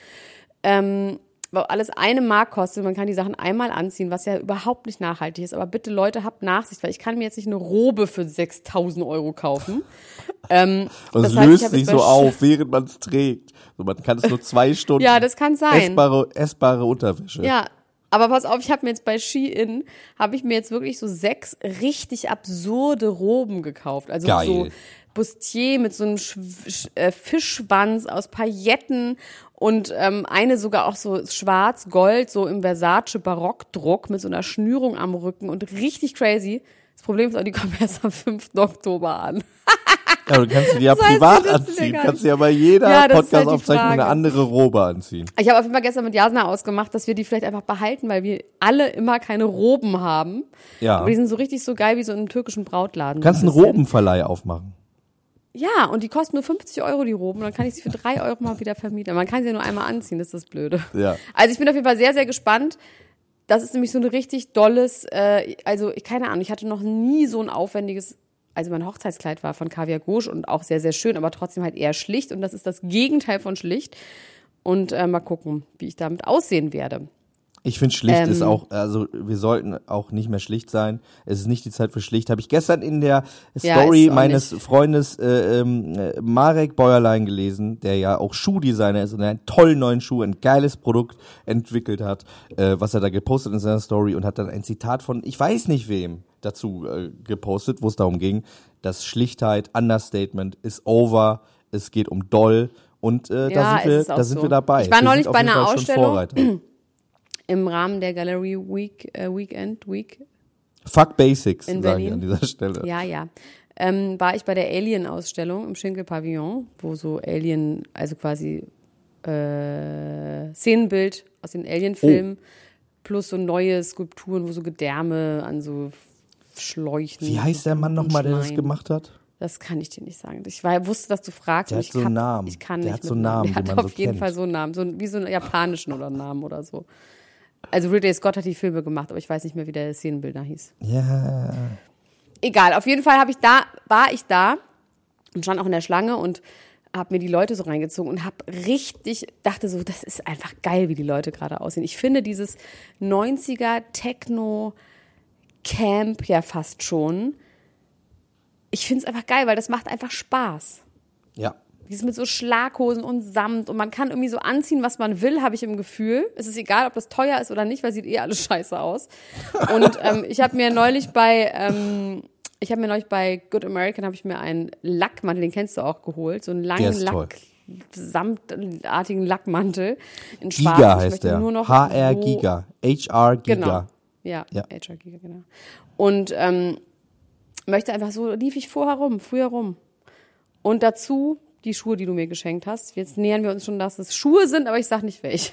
Weil alles eine Mark kostet, man kann die Sachen einmal anziehen, was ja überhaupt nicht nachhaltig ist. Aber bitte, Leute, habt Nachsicht, weil ich kann mir jetzt nicht eine Robe für 6.000 € kaufen. Und es das heißt, löst sich so auf, während man es trägt. So, man kann es nur 2 Stunden. Ja, das kann sein. Essbare Unterwäsche. Ja, aber pass auf, ich habe mir jetzt bei Shein, habe ich mir jetzt wirklich so 6 richtig absurde Roben gekauft. Also Geil. so Bustier mit so einem Fischschwanz aus Pailletten und eine sogar auch so schwarz-gold, so im Versace-Barockdruck mit so einer Schnürung am Rücken und richtig crazy. Das Problem ist auch, die kommen erst am 5. Oktober an. Ja, du kannst die ja Das heißt, privat die nutzen wir anziehen. gar Kannst nicht. ja bei jeder Ja, das ist halt die Podcast-Aufzeichnung eine Frage. andere Robe anziehen. Ich habe auf jeden Fall gestern mit Jasna ausgemacht, dass wir die vielleicht einfach behalten, weil wir alle immer keine Roben haben. Ja. Aber die sind so richtig so geil wie so in einem türkischen Brautladen. Du kannst einen so ein bisschen. Robenverleih aufmachen. Ja, und die kosten nur 50 € die Roben. Und dann kann ich sie für 3 € mal wieder vermieten. Man kann sie ja nur einmal anziehen, das ist das Blöde. Ja. Also ich bin auf jeden Fall sehr, sehr gespannt. Das ist nämlich so ein richtig dolles, keine Ahnung, ich hatte noch nie so ein aufwendiges, also mein Hochzeitskleid war von Kaviar Gauche und auch sehr, sehr schön, aber trotzdem halt eher schlicht. Und das ist das Gegenteil von schlicht. Und mal gucken, wie ich damit aussehen werde. Ich finde, schlicht ist auch, also wir sollten auch nicht mehr schlicht sein. Es ist nicht die Zeit für schlicht. Habe ich gestern in der Story ist auch meines nicht. Freundes Marek Bäuerlein gelesen, der ja auch Schuhdesigner ist und einen tollen neuen Schuh, ein geiles Produkt entwickelt hat, was er da gepostet in seiner Story und hat dann ein Zitat von, ich weiß nicht wem, dazu gepostet, wo es darum ging, dass Schlichtheit, Understatement ist over, es geht um doll und da sind wir dabei. Ich war Wir neulich sind auf bei jeden einer Fall schon Ausstellung. Vorreiter. Im Rahmen der Gallery Week. Fuck Basics, In sage ich Berlin. an dieser Stelle. Ja. War ich bei der Alien-Ausstellung im Schinkel-Pavillon, wo so Alien, also quasi Szenenbild aus den Alien-Filmen, plus so neue Skulpturen, wo so Gedärme an so Schläuchen. Wie heißt der Mann nochmal, der das Schleim. gemacht hat? Das kann ich dir nicht sagen. Ich wusste, dass du fragst. Der und hat so einen Namen. Ich kann Der nicht hat so mit einen Namen, Der den hat man auf so jeden kennt. Fall so einen Namen, wie so einen japanischen oder einen Namen oder so. Also Ridley Scott hat die Filme gemacht, aber ich weiß nicht mehr, wie der Szenenbildner hieß. Ja. Egal, auf jeden Fall war ich da und stand auch in der Schlange und habe mir die Leute so reingezogen und dachte so, das ist einfach geil, wie die Leute gerade aussehen. Ich finde dieses 90er Techno-Camp ja fast schon. Ich finde es einfach geil, weil das macht einfach Spaß. Ja. Dieses mit so Schlaghosen und Samt und man kann irgendwie so anziehen, was man will, habe ich im Gefühl. Es ist egal, ob das teuer ist oder nicht, weil sieht alles scheiße aus. Und ich habe mir neulich bei Good American habe ich mir einen Lackmantel, den kennst du auch, geholt, so einen langen samtartigen Lackmantel in Schwarz. Giga Ich heißt möchte der. nur noch HR so- Giga. HR Giga. Genau. Ja. HR Giga, genau. Und möchte einfach so, lief ich früher rum. Und dazu die Schuhe, die du mir geschenkt hast. Jetzt nähern wir uns schon, dass es Schuhe sind, aber ich sag nicht welche.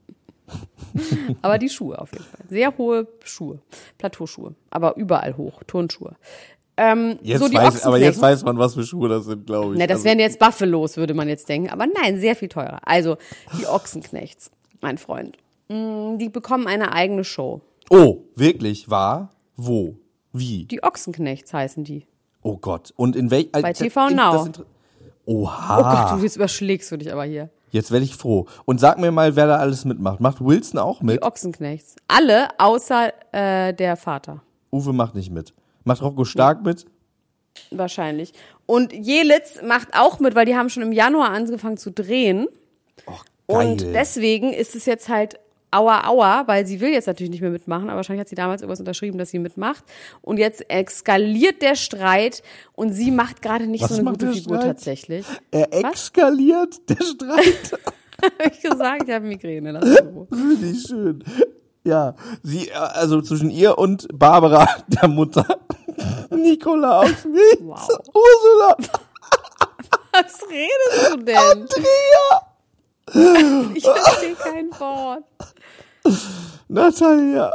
Aber die Schuhe auf jeden Fall. Sehr hohe Schuhe. Plateauschuhe. Aber überall hoch. Turnschuhe. Jetzt so die jetzt weiß man, was für Schuhe das sind, glaube ich. Na, das wären jetzt Buffalos, würde man jetzt denken. Aber nein, sehr viel teurer. Also, die Ochsenknechts, mein Freund. Die bekommen eine eigene Show. Oh, wirklich? Wahr? Wo? Wie? Die Ochsenknechts heißen die. Oh Gott. Und in welch... Bei TV Now. Oha. Oh Gott, jetzt überschlägst du dich aber hier. Jetzt werde ich froh. Und sag mir mal, wer da alles mitmacht. Macht Wilson auch Die mit? Ochsenknechts. Alle außer der Vater. Uwe macht nicht mit. Macht Rocco Stark mit? Wahrscheinlich. Und Jelitz macht auch mit, weil die haben schon im Januar angefangen zu drehen. Och, geil. Und deswegen ist es jetzt halt Aua, weil sie will jetzt natürlich nicht mehr mitmachen, aber wahrscheinlich hat sie damals irgendwas unterschrieben, dass sie mitmacht. Und jetzt eskaliert der Streit und sie macht gerade nicht Was so eine macht gute der Figur Streit? tatsächlich. Er eskaliert, der Streit. Hab ich gesagt, ich habe Migräne. Lass mich in Ruhe. Finde ich schön. Ja, also zwischen ihr und Barbara, der Mutter. Nikolaus, Wow. Ursula, Was redest du denn? Andrea, Ich verstehe kein Wort. Natalia.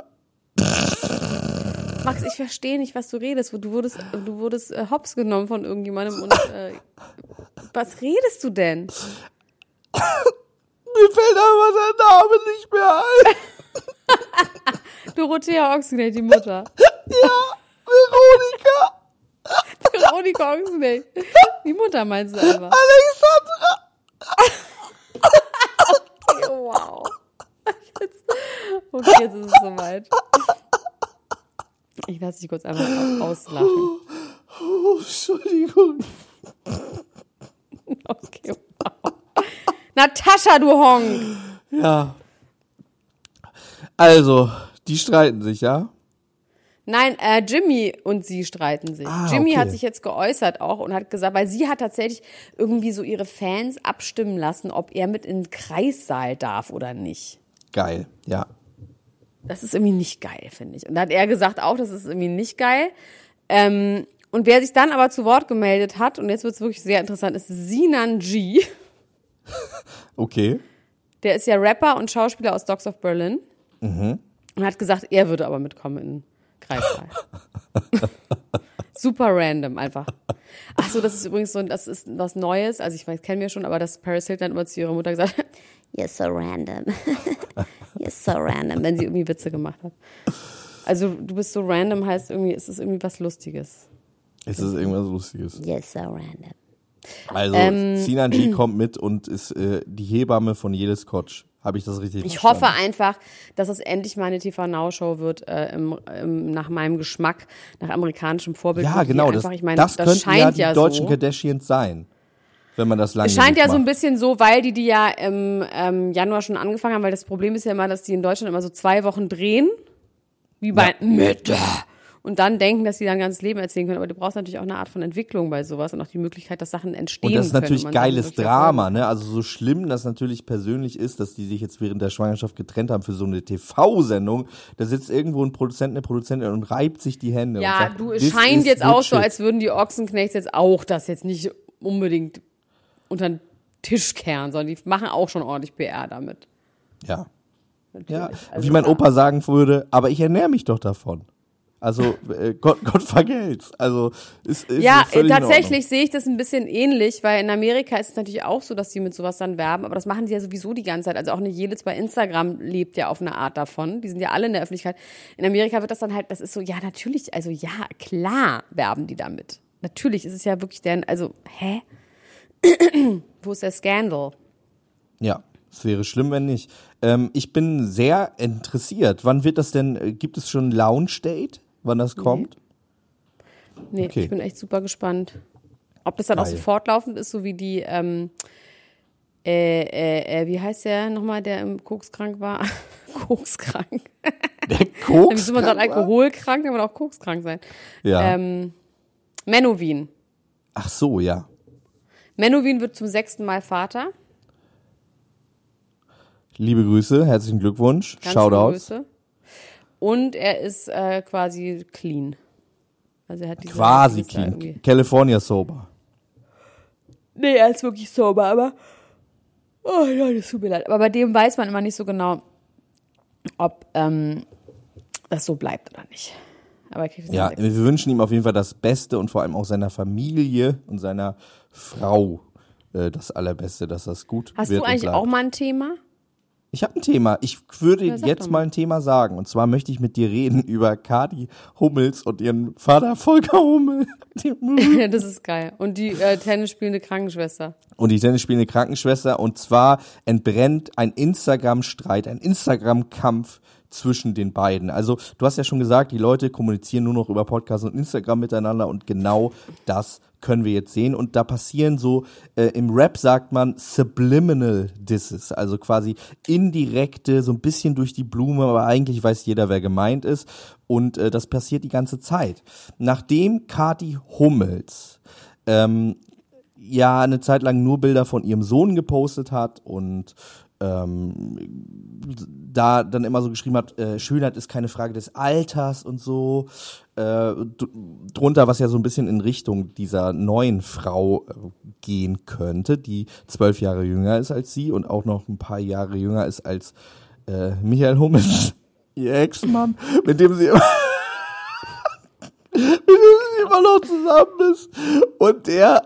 Max, ich verstehe nicht, was du redest. Du wurdest hops genommen von irgendjemandem und was redest du denn? Mir fällt einfach der Name nicht mehr ein. Dorothea Ochsenknecht, die Mutter. Veronika, Veronika Ochsenknecht. Die Mutter meinst du einfach. Alexandra. Okay, wow. Okay, jetzt ist es soweit. Ich lasse dich kurz einfach auslachen. Oh, Entschuldigung. Okay, wow. Natascha, du Honk. Ja. Also, die streiten sich, ja? Nein, Jimmy und sie streiten sich. Jimmy hat sich jetzt geäußert auch und hat gesagt, weil sie hat tatsächlich irgendwie so ihre Fans abstimmen lassen, ob er mit in den Kreissaal darf oder nicht. Geil, ja. Das ist irgendwie nicht geil, finde ich. Und da hat er gesagt auch, das ist irgendwie nicht geil. Und wer sich dann aber zu Wort gemeldet hat, und jetzt wird es wirklich sehr interessant, ist Sinan G. Okay. Der ist ja Rapper und Schauspieler aus Dogs of Berlin. Und hat gesagt, er würde aber mitkommen in den Kreissaal. Super random einfach. Ach so, das ist übrigens so, das ist was Neues. Also ich weiß, kennen wir schon, aber dass Paris Hilton immer zu ihrer Mutter gesagt hat, you're so random. You're so random, wenn sie irgendwie Witze gemacht hat. Also du bist so random heißt irgendwie, ist es irgendwie was Lustiges. Es ist irgendwas Lustiges. You're so random. Also, Sinan G kommt mit und ist die Hebamme von Jedes Kotsch. Habe ich das richtig Ich verstanden? hoffe einfach, dass es endlich mal eine TV-Now-Show wird, nach meinem Geschmack, nach amerikanischem Vorbild. Ja, genau. Einfach, ich meine, das könnten scheint ja die deutschen so. Kardashians sein, wenn man das lange Es scheint genug ja so ein macht. bisschen so, weil die ja im Januar schon angefangen haben, weil das Problem ist ja immer, dass die in Deutschland immer so 2 Wochen drehen, wie bei Mitte. Und dann denken, dass sie dann ganzes Leben erzählen können. Aber du brauchst natürlich auch eine Art von Entwicklung bei sowas und auch die Möglichkeit, dass Sachen entstehen Und das ist können. natürlich Und man geiles Sachen wirklich Drama, ne? Also so schlimm das natürlich persönlich ist, dass die sich jetzt während der Schwangerschaft getrennt haben für so eine TV-Sendung. Da sitzt irgendwo ein Produzent, eine Produzentin und reibt sich die Hände. Ja, und sagt, du, es "This scheint is jetzt good auch so, shit." als würden die Ochsenknechts jetzt auch das jetzt nicht unbedingt unter den Tisch kehren, sondern die machen auch schon ordentlich PR damit. Ja. Natürlich. Ja, Also, wie mein Opa sagen würde, aber ich ernähre mich doch davon. Also Gott vergelt's. Also ist ja, völlig in tatsächlich sehe ich das ein bisschen ähnlich, weil in Amerika ist es natürlich auch so, dass die mit sowas dann werben, aber das machen die ja sowieso die ganze Zeit. Also auch eine Jedes bei Instagram lebt ja auf eine Art davon. Die sind ja alle in der Öffentlichkeit. In Amerika wird das dann halt, das ist so, ja natürlich, also ja, klar werben die damit. Natürlich ist es ja wirklich also, hä? Wo ist der Scandal? Ja, es wäre schlimm, wenn nicht. Ich bin sehr interessiert. Wann wird das denn, gibt es schon Launch Date, wann das kommt? Nee, Okay. ich bin echt super gespannt. Ob das dann auch Geil. so fortlaufend ist, so wie die, wie heißt der nochmal, der im Kokskrank war? Kokskrank. Der Koks? Wieso man sagt alkoholkrank, kann man auch kokskrank sein. Ja. Menowin. Ach so, ja. Menowin wird zum 6. Mal Vater. Liebe Grüße, herzlichen Glückwunsch. Ganz Shoutout. liebe Grüße. Und er ist quasi clean. Also er hat Quasi diese irgendwie- clean. California sober. Nee, er ist wirklich sober, aber oh ja, das tut mir leid. Aber bei dem weiß man immer nicht so genau, ob das so bleibt oder nicht. Aber er kriegt es Ja, nicht. wir wünschen ihm auf jeden Fall das Beste und vor allem auch seiner Familie und seiner Frau das Allerbeste, dass das gut Hast wird du und eigentlich bleibt. auch mal ein Thema? Ich habe ein Thema. Ich würde Ja, sag jetzt doch mal mal. ein Thema sagen. Und zwar möchte ich mit dir reden über Kathi Hummels und ihren Vater Volker Hummel. Ja, das ist geil. Und die Tennis spielende Krankenschwester. Und die tennisspielende Krankenschwester. Und zwar entbrennt ein Instagram-Streit, ein Instagram-Kampf zwischen den beiden. Also du hast ja schon gesagt, die Leute kommunizieren nur noch über Podcasts und Instagram miteinander und genau das können wir jetzt sehen. Und da passieren so, im Rap sagt man Subliminal Disses, also quasi indirekte, so ein bisschen durch die Blume, aber eigentlich weiß jeder, wer gemeint ist. Und das passiert die ganze Zeit. Nachdem Kathi Hummels ja eine Zeit lang nur Bilder von ihrem Sohn gepostet hat und da dann immer so geschrieben hat, Schönheit ist keine Frage des Alters und so. Drunter, was ja so ein bisschen in Richtung dieser neuen Frau gehen könnte, die 12 Jahre jünger ist als sie und auch noch ein paar Jahre jünger ist als Michael Hummels, ihr Ex-Mann, mit dem sie immer noch zusammen ist. Und der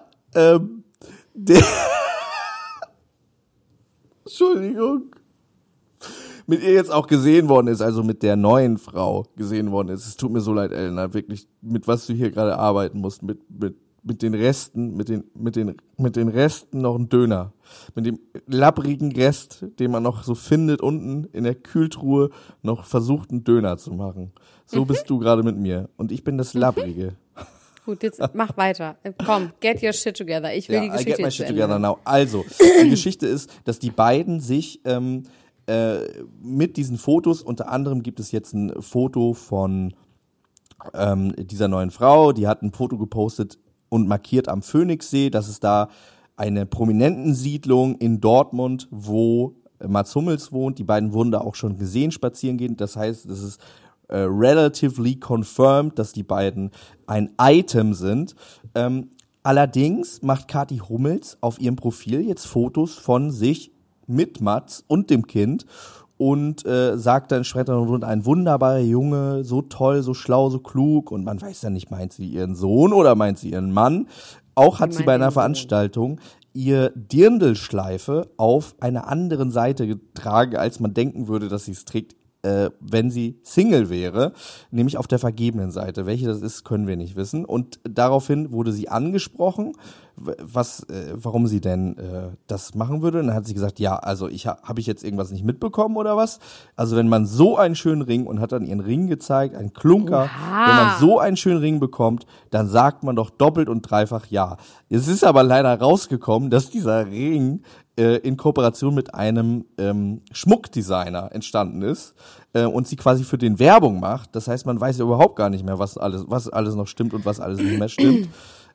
Entschuldigung, mit ihr jetzt auch gesehen worden ist, also mit der neuen Frau gesehen worden ist. Es tut mir so leid, Elena, wirklich, mit was du hier gerade arbeiten musst, mit den Resten, mit den Resten noch ein Döner. Mit dem labbrigen Rest, den man noch so findet unten in der Kühltruhe, noch versucht, einen Döner zu machen. So bist du gerade mit mir. Und ich bin das Labbrige. Gut, jetzt mach weiter. Komm, get your shit together. Ich will die Geschichte I get my jetzt shit zu Ende together hören. now. Also, die Geschichte ist, dass die beiden sich mit diesen Fotos, unter anderem gibt es jetzt ein Foto von dieser neuen Frau, die hat ein Foto gepostet und markiert am Phoenixsee, dass es da eine Prominentensiedlung in Dortmund, wo Mats Hummels wohnt. Die beiden wurden da auch schon gesehen spazieren gehen. Das heißt, es ist relatively confirmed, dass die beiden ein Item sind. Allerdings macht Kathi Hummels auf ihrem Profil jetzt Fotos von sich mit Mats und dem Kind und sagt dann, schreibt dann rund, ein wunderbarer Junge, so toll, so schlau, so klug, und man weiß ja nicht, meint sie ihren Sohn oder meint sie ihren Mann. Auch hat sie bei einer Veranstaltung ihr Dirndlschleife auf einer anderen Seite getragen, als man denken würde, dass sie es trägt, wenn sie Single wäre, nämlich auf der vergebenen Seite. Welche das ist, können wir nicht wissen. Und daraufhin wurde sie angesprochen, warum sie denn das machen würde. Und dann hat sie gesagt, ja, also habe ich jetzt irgendwas nicht mitbekommen oder was? Also wenn man so einen schönen Ring, und hat dann ihren Ring gezeigt, ein Klunker, wenn man so einen schönen Ring bekommt, dann sagt man doch doppelt und dreifach ja. Es ist aber leider rausgekommen, dass dieser Ring in Kooperation mit einem Schmuckdesigner entstanden ist und sie quasi für den Werbung macht. Das heißt, man weiß ja überhaupt gar nicht mehr, was alles noch stimmt und was alles nicht mehr stimmt.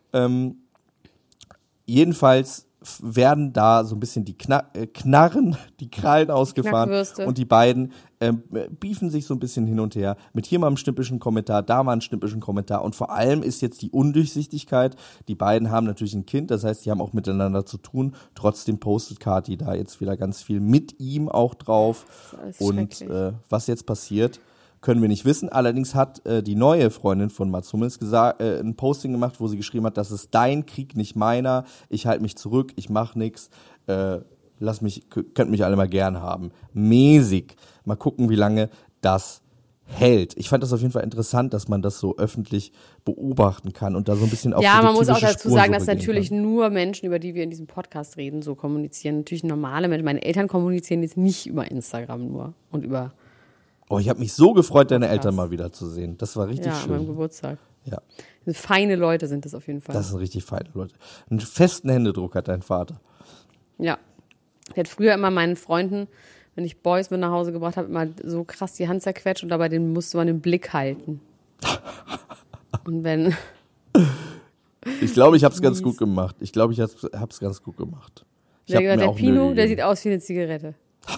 Jedenfalls werden da so ein bisschen die Knarren, die Krallen ausgefahren und die beiden beefen sich so ein bisschen hin und her mit hier mal einem schnippischen Kommentar, da mal einen schnippischen Kommentar, und vor allem ist jetzt die Undurchsichtigkeit. Die beiden haben natürlich ein Kind, das heißt, die haben auch miteinander zu tun. Trotzdem postet Kathi da jetzt wieder ganz viel mit ihm auch drauf, und was jetzt passiert, können wir nicht wissen. Allerdings hat die neue Freundin von Mats Hummels ein Posting gemacht, wo sie geschrieben hat, das ist dein Krieg, nicht meiner. Ich halte mich zurück, ich mach nix. Könnt mich alle mal gern haben. Mäßig. Mal gucken, wie lange das hält. Ich fand das auf jeden Fall interessant, dass man das so öffentlich beobachten kann und da so ein bisschen auf ja, man muss auch dazu sagen, dass gehen natürlich kann. Nur Menschen, über die wir in diesem Podcast reden, so kommunizieren. Natürlich normale Menschen. Meine Eltern kommunizieren jetzt nicht über Instagram nur und über... Oh, ich habe mich so gefreut, deine Eltern mal wieder zu sehen. Das war richtig schön. Ja, an meinem Geburtstag. Ja. Feine Leute sind das auf jeden Fall. Das sind richtig feine Leute. Einen festen Händedruck hat dein Vater. Ja. Der hat früher immer meinen Freunden, wenn ich Boys mit nach Hause gebracht habe, immer so krass die Hand zerquetscht und dabei musste man den Blick halten. Und wenn... Ich glaube, ich habe es ganz gut gemacht. Ich glaube, ich habe es ganz gut gemacht. Der Pino, der sieht aus wie eine Zigarette.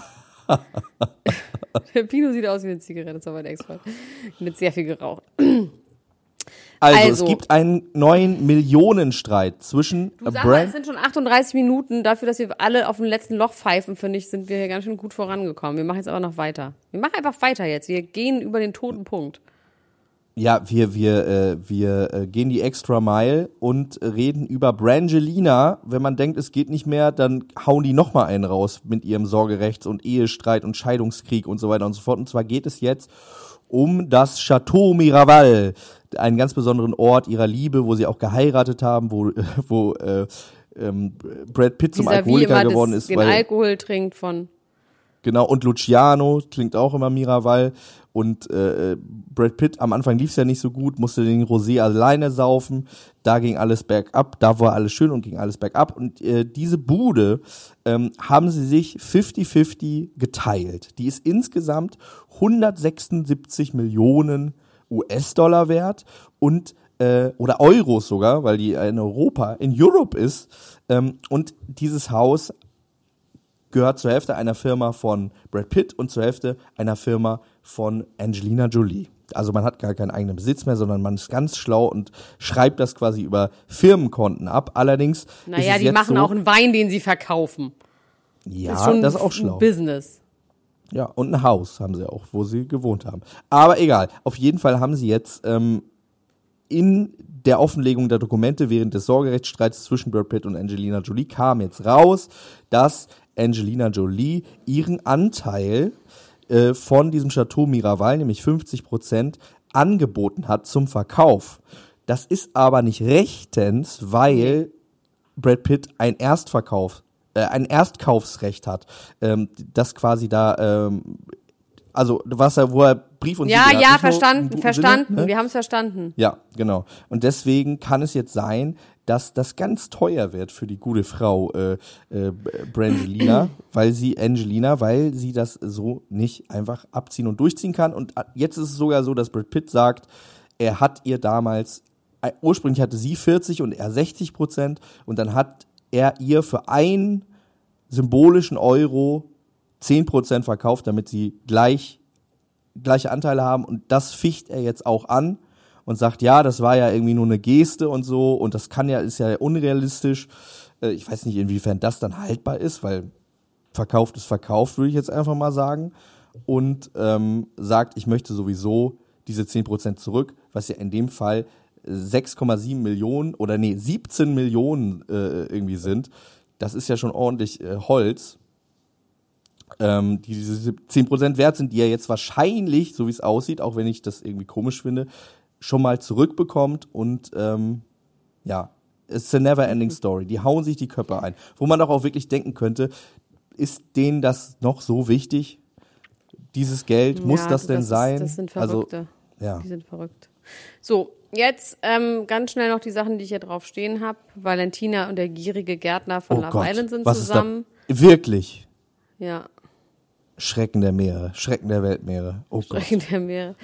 Der Pino sieht aus wie eine Zigarette, das war mein Ex-Freund. Mit sehr viel geraucht. Also, es gibt einen neuen Millionenstreit zwischen Sag mal, es sind schon 38 Minuten. Dafür, dass wir alle auf dem letzten Loch pfeifen, finde ich, sind wir hier ganz schön gut vorangekommen. Wir machen jetzt aber noch weiter. Wir machen einfach weiter jetzt. Wir gehen über den toten Punkt. Ja, wir gehen die extra Mile und reden über Brangelina. Wenn man denkt, es geht nicht mehr, dann hauen die nochmal einen raus mit ihrem Sorgerechts- und Ehestreit und Scheidungskrieg und so weiter und so fort. Und zwar geht es jetzt um das Chateau Miraval, einen ganz besonderen Ort ihrer Liebe, wo sie auch geheiratet haben, wo Brad Pitt zum Alkoholiker geworden ist. Den Alkohol trinkt von... Genau, und Luciano klingt auch immer Miraval. Und Brad Pitt, am Anfang lief es ja nicht so gut, musste den Rosé alleine saufen. Da ging alles bergab, da war alles schön und ging alles bergab. Und diese Bude haben sie sich 50-50 geteilt. Die ist insgesamt 176 Millionen US-Dollar wert und oder Euros sogar, weil die in Europe ist. Und dieses Haus gehört zur Hälfte einer Firma von Brad Pitt und zur Hälfte einer Firma von Angelina Jolie. Also man hat gar keinen eigenen Besitz mehr, sondern man ist ganz schlau und schreibt das quasi über Firmenkonten ab. Allerdings Naja, die machen auch einen Wein, den sie verkaufen. Ja, das ist, schon das ist auch schlau. Ein Business. Ja, und ein Haus haben sie auch, wo sie gewohnt haben. Aber egal, auf jeden Fall haben sie jetzt in der Offenlegung der Dokumente während des Sorgerechtsstreits zwischen Brad Pitt und Angelina Jolie kam jetzt raus, dass Angelina Jolie ihren Anteil von diesem Chateau Miraval, nämlich 50%, angeboten hat zum Verkauf. Das ist aber nicht rechtens, weil Brad Pitt ein Erstkaufsrecht hat, das quasi da, also wo er Brief und Siegel hat. Ja, verstanden. Sinne, ne? Wir haben es verstanden. Ja, genau. Und deswegen kann es jetzt sein, dass das ganz teuer wird für die gute Frau Brangelina, weil sie das so nicht einfach abziehen und durchziehen kann. Und jetzt ist es sogar so, dass Brad Pitt sagt, er hat ihr damals, ursprünglich hatte sie 40 und er 60% und dann hat er ihr für einen symbolischen Euro 10% verkauft, damit sie gleiche Anteile haben, und das ficht er jetzt auch an und sagt, ja, das war ja irgendwie nur eine Geste und so und das ist ja unrealistisch. Ich weiß nicht, inwiefern das dann haltbar ist, weil verkauft ist verkauft, würde ich jetzt einfach mal sagen, und sagt, ich möchte sowieso diese 10% zurück, was ja in dem Fall 6,7 Millionen oder 17 Millionen irgendwie sind. Das ist ja schon ordentlich Holz, die diese 10% wert sind, die er jetzt wahrscheinlich, so wie es aussieht, auch wenn ich das irgendwie komisch finde, schon mal zurückbekommt. Und es ist a never ending story. Die hauen sich die Köpfe ein. Wo man doch auch wirklich denken könnte, ist denen das noch so wichtig? Dieses Geld, muss das denn sein? Das sind Verrückte. Also, ja. Die sind verrückt. So, jetzt ganz schnell noch die Sachen, die ich hier drauf stehen habe. Valentina und der gierige Gärtner von Love Island sind zusammen. Wirklich? Ja. Schrecken der Meere, Schrecken der Weltmeere. Oh Schrecken der Meere.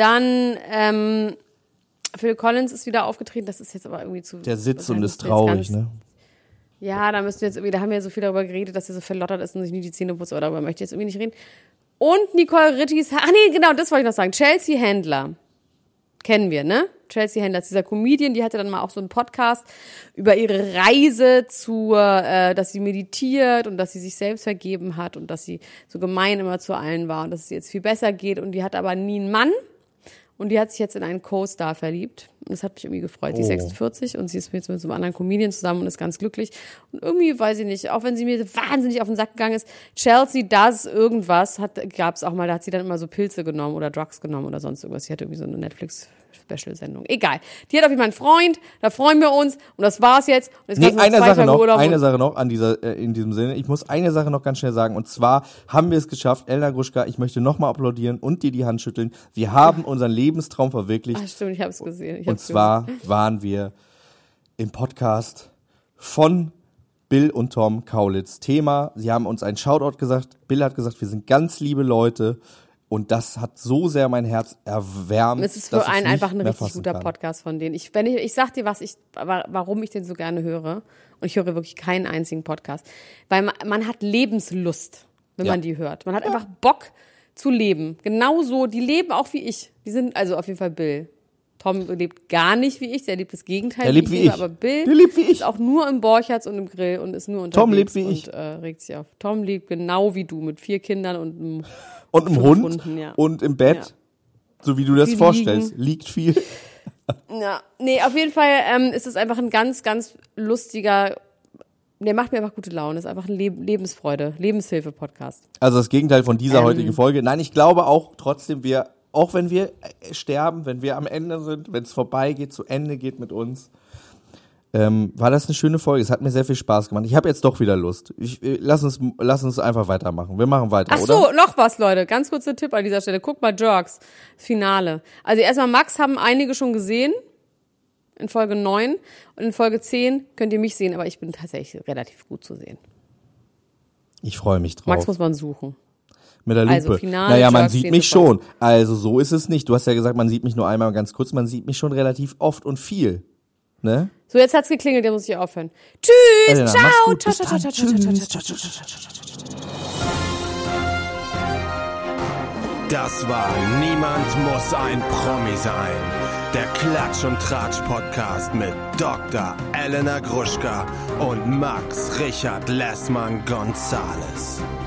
Dann Phil Collins ist wieder aufgetreten. Das ist jetzt aber irgendwie zu... Der sitzt und ist traurig, ne? Ja, da müssen wir jetzt irgendwie... Da haben wir ja so viel darüber geredet, dass er so verlottert ist und sich nie die Zähne putzt. Aber darüber möchte ich jetzt irgendwie nicht reden. Und Nicole Ritchie's... genau, das wollte ich noch sagen. Chelsea Handler. Kennen wir, ne? Chelsea Handler ist dieser Comedian, die hatte dann mal auch so einen Podcast über ihre Reise dass sie meditiert und dass sie sich selbst vergeben hat und dass sie so gemein immer zu allen war und dass es ihr jetzt viel besser geht, und die hat aber nie einen Mann und die hat sich jetzt in einen Co-Star verliebt und das hat mich irgendwie gefreut. Die ist 46 und sie ist jetzt mit so einem anderen Comedian zusammen und ist ganz glücklich, und irgendwie, weiß ich nicht, auch wenn sie mir wahnsinnig auf den Sack gegangen ist, Chelsea does irgendwas, gab's auch mal, da hat sie dann immer so Pilze genommen oder Drugs genommen oder sonst irgendwas. Sie hatte irgendwie so eine Netflix-Special-Sendung. Egal. Die hat auf jeden Fall einen Freund, da freuen wir uns und das war's jetzt. Und jetzt eine Sache noch in diesem Sinne. Ich muss eine Sache noch ganz schnell sagen, und zwar haben wir es geschafft, Elena Gruschka, ich möchte nochmal applaudieren und dir die Hand schütteln. Wir haben unseren Lebenstraum verwirklicht. Ach stimmt, ich habe es gesehen. Und zwar waren wir im Podcast von Bill und Tom Kaulitz. Thema, sie haben uns einen Shoutout gesagt. Bill hat gesagt, wir sind ganz liebe Leute. Und das hat so sehr mein Herz erwärmt. Es ist für einen einfach ein richtig guter Podcast von denen. Ich sag dir warum ich den so gerne höre. Und ich höre wirklich keinen einzigen Podcast. Weil man hat Lebenslust, wenn man die hört. Man hat einfach Bock zu leben. Genauso, die leben auch wie ich. Die sind, also auf jeden Fall Bill. Tom lebt gar nicht wie ich, der lebt das Gegenteil. Der lebt wie ich. Aber Bill der lebt wie ich. Ist auch nur im Borchertz und im Grill und ist nur unterwegs. Tom lebt wie ich. Und regt sich auf. Tom lebt genau wie du, mit 4 Kindern und einem Hund Hunden, ja. Und im Bett, so wie du das vorstellst, liegt viel. Ja, nee, auf jeden Fall ist es einfach ein ganz, ganz lustiger, der macht mir einfach gute Laune, ist einfach ein Lebensfreude, Lebenshilfe-Podcast. Also das Gegenteil von dieser heutigen Folge. Nein, ich glaube auch trotzdem, auch wenn wir sterben, wenn wir am Ende sind, wenn es vorbeigeht, zu Ende geht mit uns, war das eine schöne Folge. Es hat mir sehr viel Spaß gemacht. Ich habe jetzt doch wieder Lust. Lass uns einfach weitermachen. Wir machen weiter, Ach so, oder? Noch was, Leute. Ganz kurzer Tipp an dieser Stelle. Guckt mal Jerks. Finale. Also erstmal Max haben einige schon gesehen. In Folge 9. Und in Folge 10 könnt ihr mich sehen. Aber ich bin tatsächlich relativ gut zu sehen. Ich freue mich drauf. Max muss man suchen. Mit der Lupe. Also Finale, naja, man Jerks, sieht mich schon. Also so ist es nicht. Du hast ja gesagt, man sieht mich nur einmal ganz kurz. Man sieht mich schon relativ oft und viel. Ne? So, jetzt hat's geklingelt, jetzt muss ich aufhören. Tschüss, Elena, ciao, mach's gut, ciao, bis ciao, dann. ciao, ciao, ciao, ciao, Tschüss. ciao, ciao, ciao, ciao, ciao. Das war Niemand muss ein Promi sein. Der Klatsch und Tratsch Podcast mit Dr. Elena Gruschka und Max Richard Lessmann Gonzales.